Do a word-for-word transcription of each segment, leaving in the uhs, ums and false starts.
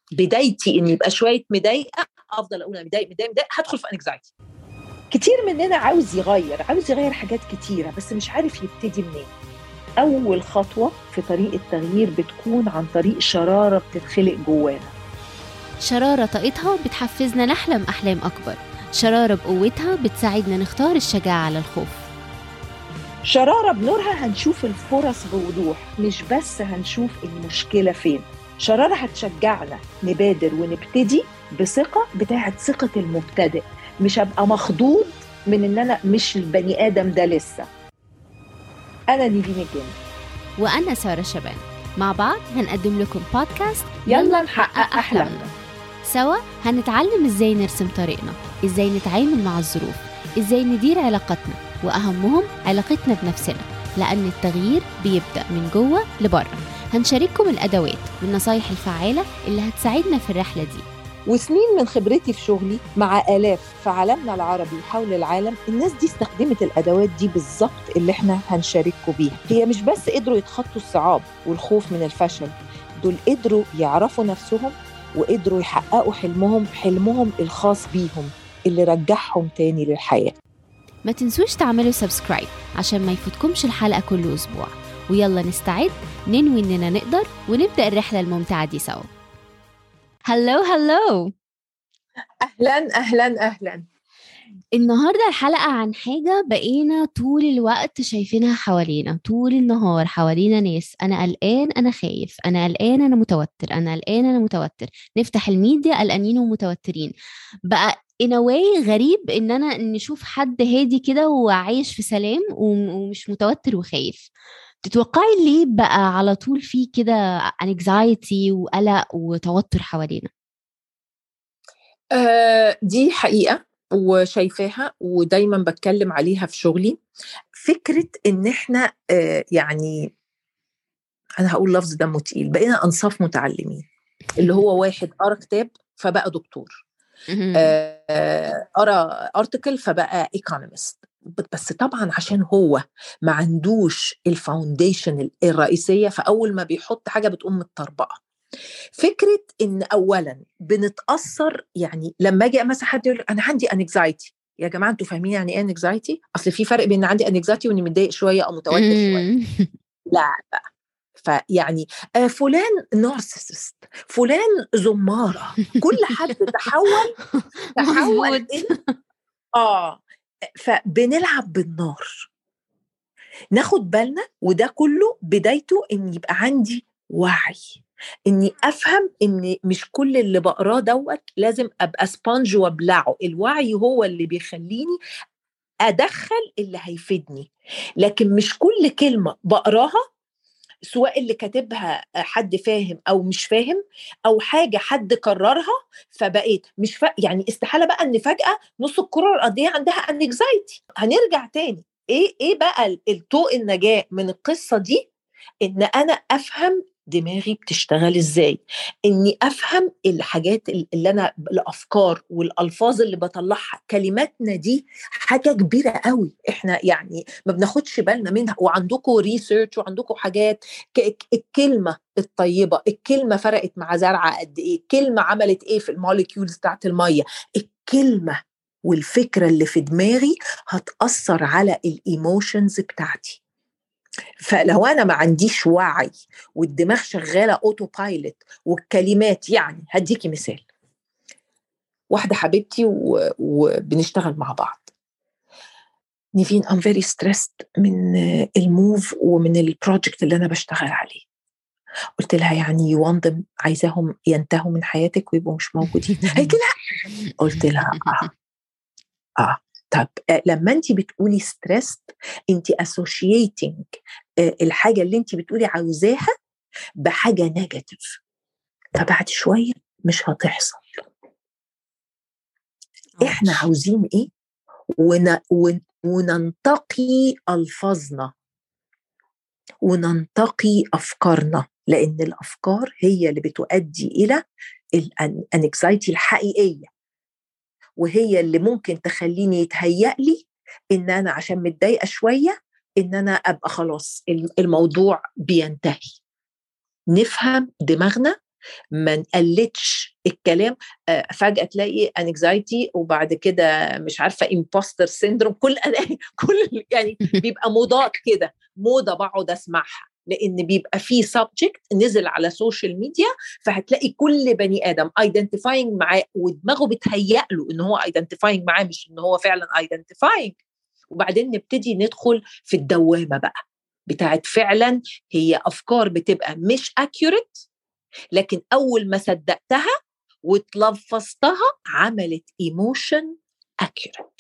بدايتي ان يبقى شويه مضايقه افضل اقول انا مضايق مضايق مضايق هدخل في انكزايتي. كتير مننا عاوز يغير عاوز يغير حاجات كتيره بس مش عارف يبتدي منين. اول خطوه في طريق التغيير بتكون عن طريق شراره بتتخلق جوانا. شرارة طاقتها بتحفزنا نحلم أحلام أكبر، شرارة بقوتها بتساعدنا نختار الشجاعة على الخوف. شرارة بنورها هنشوف الفرص بوضوح، مش بس هنشوف المشكلة فين. شرارة هتشجعنا نبادر ونبتدي بثقة بتاعت ثقة المبتدئ، مش هبقى مخضوض من ان انا مش البني آدم ده لسه. انا نيفين الجن وأنا سارة شبان، مع بعض هنقدم لكم بودكاست يلا نحقق أحلامنا. سوا هنتعلم إزاي نرسم طريقنا، إزاي نتعامل مع الظروف، إزاي ندير علاقتنا، وأهمهم علاقتنا بنفسنا، لأن التغيير بيبدأ من جوه لبره. هنشارككم الأدوات والنصايح الفعالة اللي هتساعدنا في الرحلة دي. وسنين من خبرتي في شغلي مع آلاف في عالمنا العربي وحول العالم، الناس دي استخدمت الأدوات دي بالظبط اللي احنا هنشارككم بيها. هي مش بس قدروا يتخطوا الصعاب والخوف من الفشل، دول قدروا يعرفوا نفسهم وقدروا يحققوا حلمهم حلمهم الخاص بيهم اللي رجعهم تاني للحياة. ما تنسوش تعملوا سبسكرايب عشان ما يفوتكمش الحلقة كل أسبوع، ويلا نستعد ننوي إننا نقدر ونبدأ الرحلة الممتعة دي سوا. هلو هلو، أهلاً أهلاً أهلاً. النهاردة الحلقة عن حاجة بقينا طول الوقت شايفينها حوالينا، طول النهار حوالينا ناس أنا قلقان أنا خايف، أنا قلقان أنا متوتر، أنا قلقان أنا متوتر. نفتح الميديا قلقانين ومتوترين. بقى in a way غريب إننا نشوف حد هادي كده وعايش في سلام ومش متوتر وخايف. تتوقعي ليه بقى على طول في كده anxiety وقلق وتوتر حوالينا؟ آه دي حقيقة وشايفاها ودايما بتكلم عليها في شغلي. فكرة ان احنا آه يعني انا هقول لفظ دمه تقيل، بقينا انصاف متعلمين. اللي هو واحد قرا كتاب فبقى دكتور، آه قرا ارتكل فبقى ايكونومست. بس طبعا عشان هو ما عندوش الفاونديشن الرئيسية، فأول ما بيحط حاجة بتقوم متطربقة. فكرة إن أولا بنتأثر، يعني لما أجي مثلا حد يقول أنا عندي انكزايتي، يا جماعة أنتوا فاهمين يعني إيه انكزايتي؟ أصل في فرق بين عندي انكزايتي وإني متضايق شوية أو متوتر شوية. لا بقى، فيعني آه فلان نارسيسست، فلان زمارة، كل حد تحول تحول إن آه فبنلعب بالنار. ناخد بالنا، وده كله بدايته إن يبقى عندي وعي، إني أفهم إن مش كل اللي بقراه دوت لازم أبقى سبونج وابلعه. الوعي هو اللي بيخليني أدخل اللي هيفيدني، لكن مش كل كلمة بقراها سواء اللي كاتبها حد فاهم أو مش فاهم، أو حاجة حد قررها فبقيت مش فا... يعني استحالة بقى إن فجأة نص الكرة الأرضية عندها انكزايتي. هنرجع تاني. ايه ايه بقى الطوق النجاة من القصة دي؟ ان انا افهم دماغي بتشتغل ازاي، اني افهم الحاجات اللي انا الافكار والالفاظ اللي بطلعها. كلماتنا دي حاجة كبيرة قوي، احنا يعني ما بناخدش بالنا منها. وعندكم ريسيرش وعندكم حاجات، الكلمة الطيبة، الكلمة فرقت مع زرعة قد ايه، الكلمة عملت ايه في الموليكيولز بتاعت المية. الكلمة والفكرة اللي في دماغي هتأثر على الإيموشنز بتاعتي. فلو أنا ما عنديش وعي والدماغ شغالة أوتو بايلت والكلمات، يعني هديكي مثال. واحدة حبيبتي وبنشتغل مع بعض، نيفين I'm very stressed من الموف ومن البروجكت اللي أنا بشتغل عليه. قلت لها يعني you want them، عايزاهم ينتهوا من حياتك ويبقوا مش موجودين؟ قالت لا. قلت لها آه آه طب لما انت بتقولي ستريس، انت اسوشييتنج الحاجه اللي انت بتقولي عاوزاها بحاجه نيجاتيف، فبعد شويه مش هتحصل. احنا عاوزين ايه؟ ون... ون... وننتقي الفاظنا وننتقي افكارنا، لان الافكار هي اللي بتؤدي الى الانكزايتي الحقيقيه، وهي اللي ممكن تخليني يتهيأ لي إن أنا عشان متضايقة شوية إن أنا أبقى خلاص الموضوع بينتهي. نفهم دماغنا ما نقلتش الكلام. آه فجأة تلاقي انكزايتي وبعد كده مش عارفة امبوستر سيندروم، كل كل يعني بيبقى موضات كده، موضة بقعد اسمعها، لان بيبقى فيه سبجكت نزل على سوشيال ميديا، فهتلاقي كل بني ادم ايدنتيفاينج معاه ودماغه بتهيأ له ان هو ايدنتيفاينج معاه، مش ان هو فعلا ايدنتيفاينج. وبعدين نبتدي ندخل في الدوامة بقى بتاعت فعلا هي افكار بتبقى مش اكيوريت، لكن اول ما صدقتها وتلفظتها عملت ايموشن اكيوريت.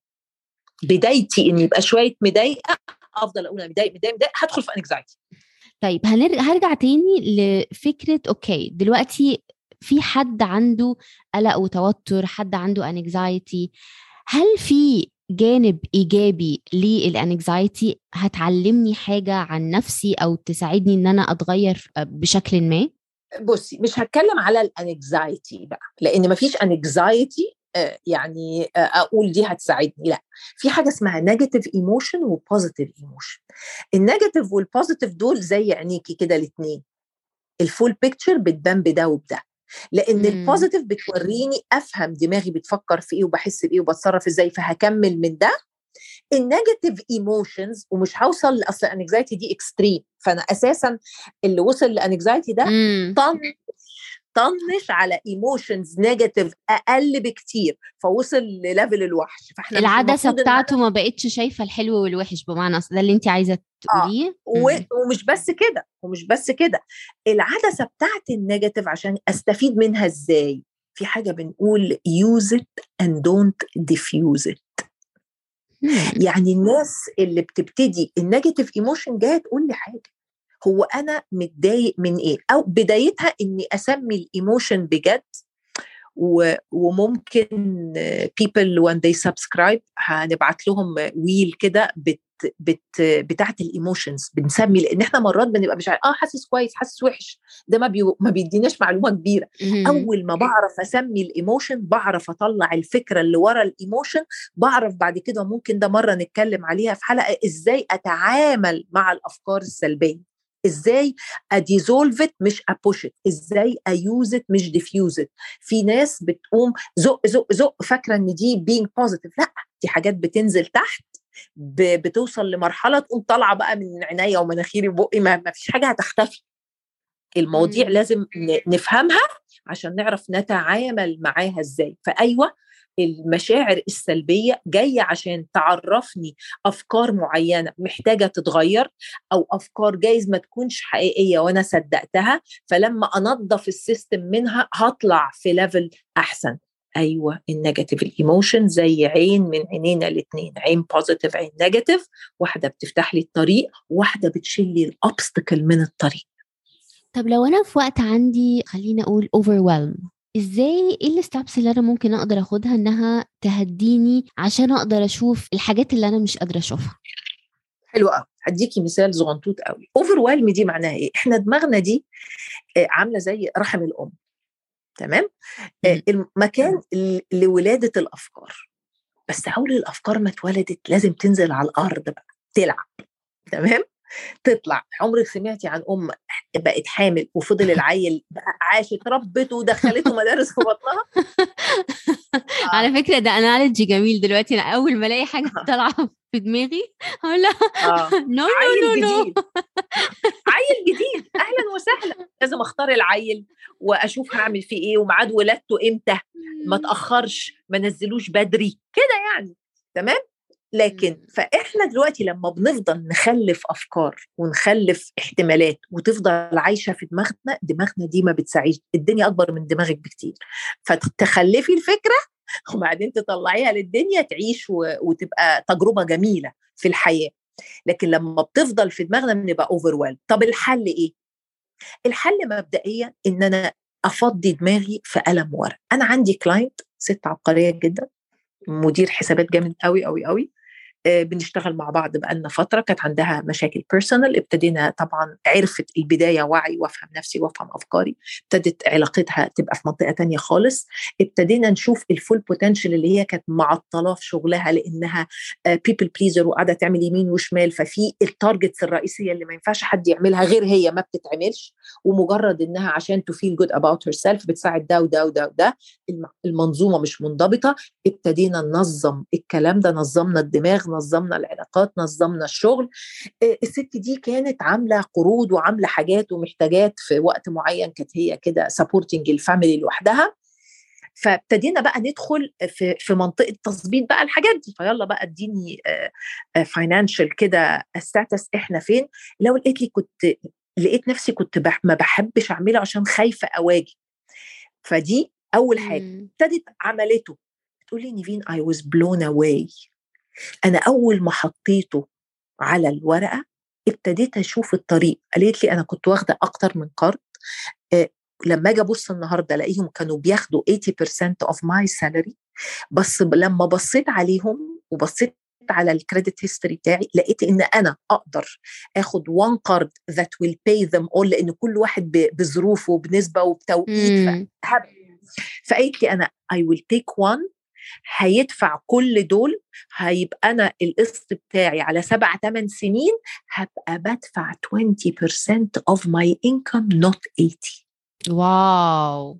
بدايتي ان يبقى شويه مضايقه افضل اقول انا مضايق مضايق مضايق، هدخل في انكزايتي. طيب هنرجع هرجع تاني لفكره، اوكي دلوقتي في حد عنده قلق وتوتر، حد عنده انكزايتي، هل في جانب إيجابي للأنكزايتي هتعلمني حاجة عن نفسي أو تساعدني إن أنا أتغير بشكل ما؟ بصي مش هتكلم على الانكزايتي بقى، لأن مفيش انكزايتي يعني أقول دي هتساعدني، لا، في حاجة اسمها نيجاتيف ايموشن وبوزيتيف ايموشن. النيجاتيف والبوزيتيف دول زي عينيكي كده الاثنين، الفول بيكتشر بتبان بده وبده، لان البوزيتيف بتوريني افهم دماغي بتفكر في ايه وبحس بايه وبتصرف ازاي، فهكمل من ده. النيجاتيف ايموشنز ومش هوصل، اصل الانكزايتي دي اكستريم، فانا اساسا اللي وصل للانكزايتي ده طنش طنش على ايموشنز نيجاتيف اقل بكتير، فوصل لليفل الوحش. فاحنا مش العدسه المفروض بتاعته ما بقتش شايفه الحلو والوحش، بمعنى ده اللي انت عايزه تقوليه. آه. ومش بس كده ومش بس كده العدسه بتاعت النيجاتيف عشان استفيد منها ازاي، في حاجه بنقول use it and don't diffuse it. مم. يعني الناس اللي بتبتدي النيجاتيف ايموشن جايه تقول لي حاجه، هو انا متضايق من ايه، او بدايتها اني اسمي الايموشن بجد. وممكن people when they subscribe هنبعت لهم ويل كده بت بت بتاعت الايموشنز، بنسمي، لان احنا مرات بنبقى مش عارف اه حاسس كويس حاسس وحش، ده ما بي ما بيديناش معلومه كبيره. اول ما بعرف اسمي الايموشن بعرف اطلع الفكره اللي ورا الايموشن، بعرف بعد كده، ممكن ده مره نتكلم عليها في حلقه، ازاي اتعامل مع الافكار السلبيه، ازاي اديزولفت مش ابوشت، ازاي ايوزت مش ديفيوزت. في ناس بتقوم زق زق زق فاكره ان دي بينج بوزيتيف، لا، دي حاجات بتنزل تحت، بتوصل لمرحله تقوم طالعه بقى من عينيا ومناخيري وبقي، ما فيش حاجه هتختفي. المواضيع مم. لازم نفهمها عشان نعرف نتعامل معاها ازاي. فايوه المشاعر السلبيه جايه عشان تعرفني افكار معينه محتاجه تتغير، او افكار جايز ما تكونش حقيقيه وانا صدقتها، فلما انظف السيستم منها هطلع في ليفل احسن. ايوه النيجاتيف الايموشن زي عين من عينينا الاثنين، عين بوزيتيف عين نيجاتيف، واحده بتفتح لي الطريق واحده بتشيل لي الابستكل من الطريق. طب لو انا في وقت عندي خلينا اقول overwhelm، ازاي ايه الستابس اللي انا ممكن اقدر اخدها انها تهديني عشان اقدر اشوف الحاجات اللي انا مش قادره اشوفها؟ حلو قوي، هديكي مثال صغنطوط قوي. اوفرويلم دي معناها ايه؟ احنا دماغنا دي عامله زي رحم الام، تمام؟ المكان لولاده الافكار، بس اول الافكار ما اتولدت لازم تنزل على الارض بقى تلعب، تمام؟ تطلع. عمرك سمعتي عن ام بقت حامل وفضل العيل بقى عاشت ربته ودخلته مدارس في بطنها؟ آه. على فكره ده انالوجي جميل. دلوقتي انا اول ما الاقي حاجه طالعه في دماغي هقول لها نو نو نو نو عيل جديد، اهلا وسهلا، لازم اختار العيل واشوف هعمل فيه ايه وميعاد ولادته امتى، ما تاخرش، ما نزلوش بدري كده يعني، تمام؟ لكن فاحنا دلوقتي لما بنفضل نخلف افكار ونخلف احتمالات وتفضل عايشه في دماغنا، دماغنا دي ما بتساعدش، الدنيا اكبر من دماغك بكتير، فتخلفي الفكره وبعدين تطلعيها للدنيا تعيش وتبقى تجربه جميله في الحياه. لكن لما بتفضل في دماغنا بنبقى اوفرويلم. طب الحل ايه؟ الحل مبدئيا ان انا افضي دماغي في قلم ورق. انا عندي كلاينت ست عبقريه جدا، مدير حسابات جامد قوي قوي قوي، بنشتغل مع بعض بقالنا فترة، كانت عندها مشاكل بيرسونال، ابتدينا طبعا عرفت البداية وعي وافهم نفسي وافهم أفكاري، ابتدت علاقتها تبقى في منطقة تانية خالص، ابتدينا نشوف الفول بوتنشال اللي هي كانت معطلة في شغلها لأنها بيبل بليزر وقاعدة تعمل يمين وشمال، ففي التارجتس الرئيسية اللي ما ينفعش حد يعملها غير هي ما بتتعملش، ومجرد إنها عشان to feel good about herself بتساعد ده وده وده وده، المنظومة مش منضبطة. ابتدينا ننظم الكلام ده، نظمنا الدماغ، نظمنا العلاقات، نظمنا الشغل. الست دي كانت عاملة قروض وعاملة حاجات ومحتاجات في وقت معين، كانت هي كده سابورتنج الفاميلي لوحدها. فابتدينا بقى ندخل في في منطقة تظبيط بقى الحاجات دي، فيلا بقى اديني فاينانشال كده ستاتس احنا فين. لو لقيت لي كنت لقيت نفسي كنت بح ما بحبش اعمله عشان خايفة اواجه. فدي اول حاجة ابتدت عملته، تقولي نيفين I was blown away. أنا أول ما حطيته على الورقة ابتديت أشوف الطريق. قالت لي أنا كنت واخدة أكتر من قرض، أه لما أجي أبص النهاردة لاقيهم كانوا بياخدوا ثمانين بالمية of my salary، بس لما بصيت عليهم وبصيت على الكريدت هيستوري بتاعي لقيت إن أنا أقدر أخد one قرض that will pay them all، لأن كل واحد بظروفه وبنسبة وبتوقيت. فقالت لي أنا I will take one هيدفع كل دول، هيبقى أنا القسط بتاعي على سبع تمن سنين هبقى بدفع عشرين بالمية of my income not eighty. واو.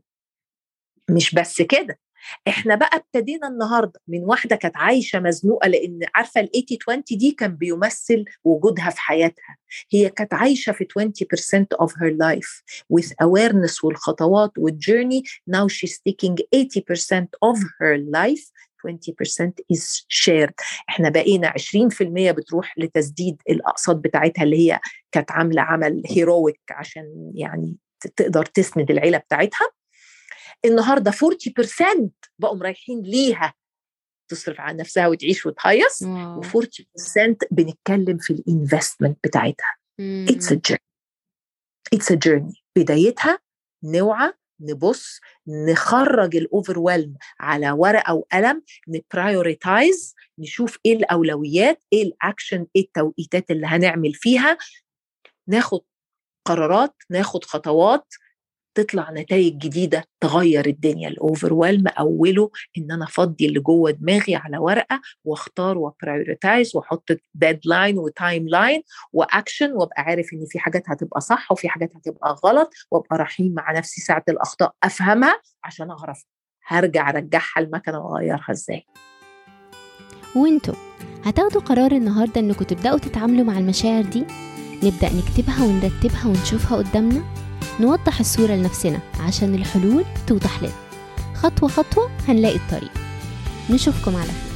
مش بس كده، احنا بقى ابتدينا النهاردة من واحدة كانت عايشة مزنوقة، لأن عارفة ال ثمانين عشرين دي كان بيمثل وجودها في حياتها. هي كانت عايشة في عشرين بالمية of her life with awareness والخطوات والjourney. Now she's taking eighty percent of her life, twenty percent is shared. احنا بقينا عشرين بالمية بتروح لتسديد الأقساط بتاعتها اللي هي كانت عاملة عمل هيرويك عشان يعني تقدر تسند العيلة بتاعتها. النهاردة أربعين بالمية بقوا رايحين ليها تصرف على نفسها وتعيش وتهيص، و40% بنتكلم في الانفستمنت بتاعتها. مم. It's a journey. It's a journey. بدايتها نوعى، نبص، نخرج الأوفرويلم على ورقة وقلم، نبرايوريتايز، نشوف ايه الأولويات، ايه الأكشن، ايه التوقيتات اللي هنعمل فيها، ناخد قرارات، ناخد خطوات، تطلع نتائج جديدة تغير الدنيا. الأوفرويلم أوله إن أنا أفضي اللي جوه دماغي على ورقة واختار وبرايوريتايز واحط ديدلاين وتايم لاين واكشن، وابقى عارف إن في حاجات هتبقى صح وفي حاجات هتبقى غلط، وابقى رحيم مع نفسي ساعة الأخطاء أفهمها عشان أعرف هرجع أرجعها المكنة وأغيرها إزاي. وانتوا هتاخدوا قرار النهاردة إنكم تبدأوا تتعاملوا مع المشاعر دي، نبدأ نكتبها ونرتبها ونشوفها قدامنا، نوضح الصورة لنفسنا عشان الحلول توضح لنا. خطوة خطوة هنلاقي الطريق. نشوفكم على خير.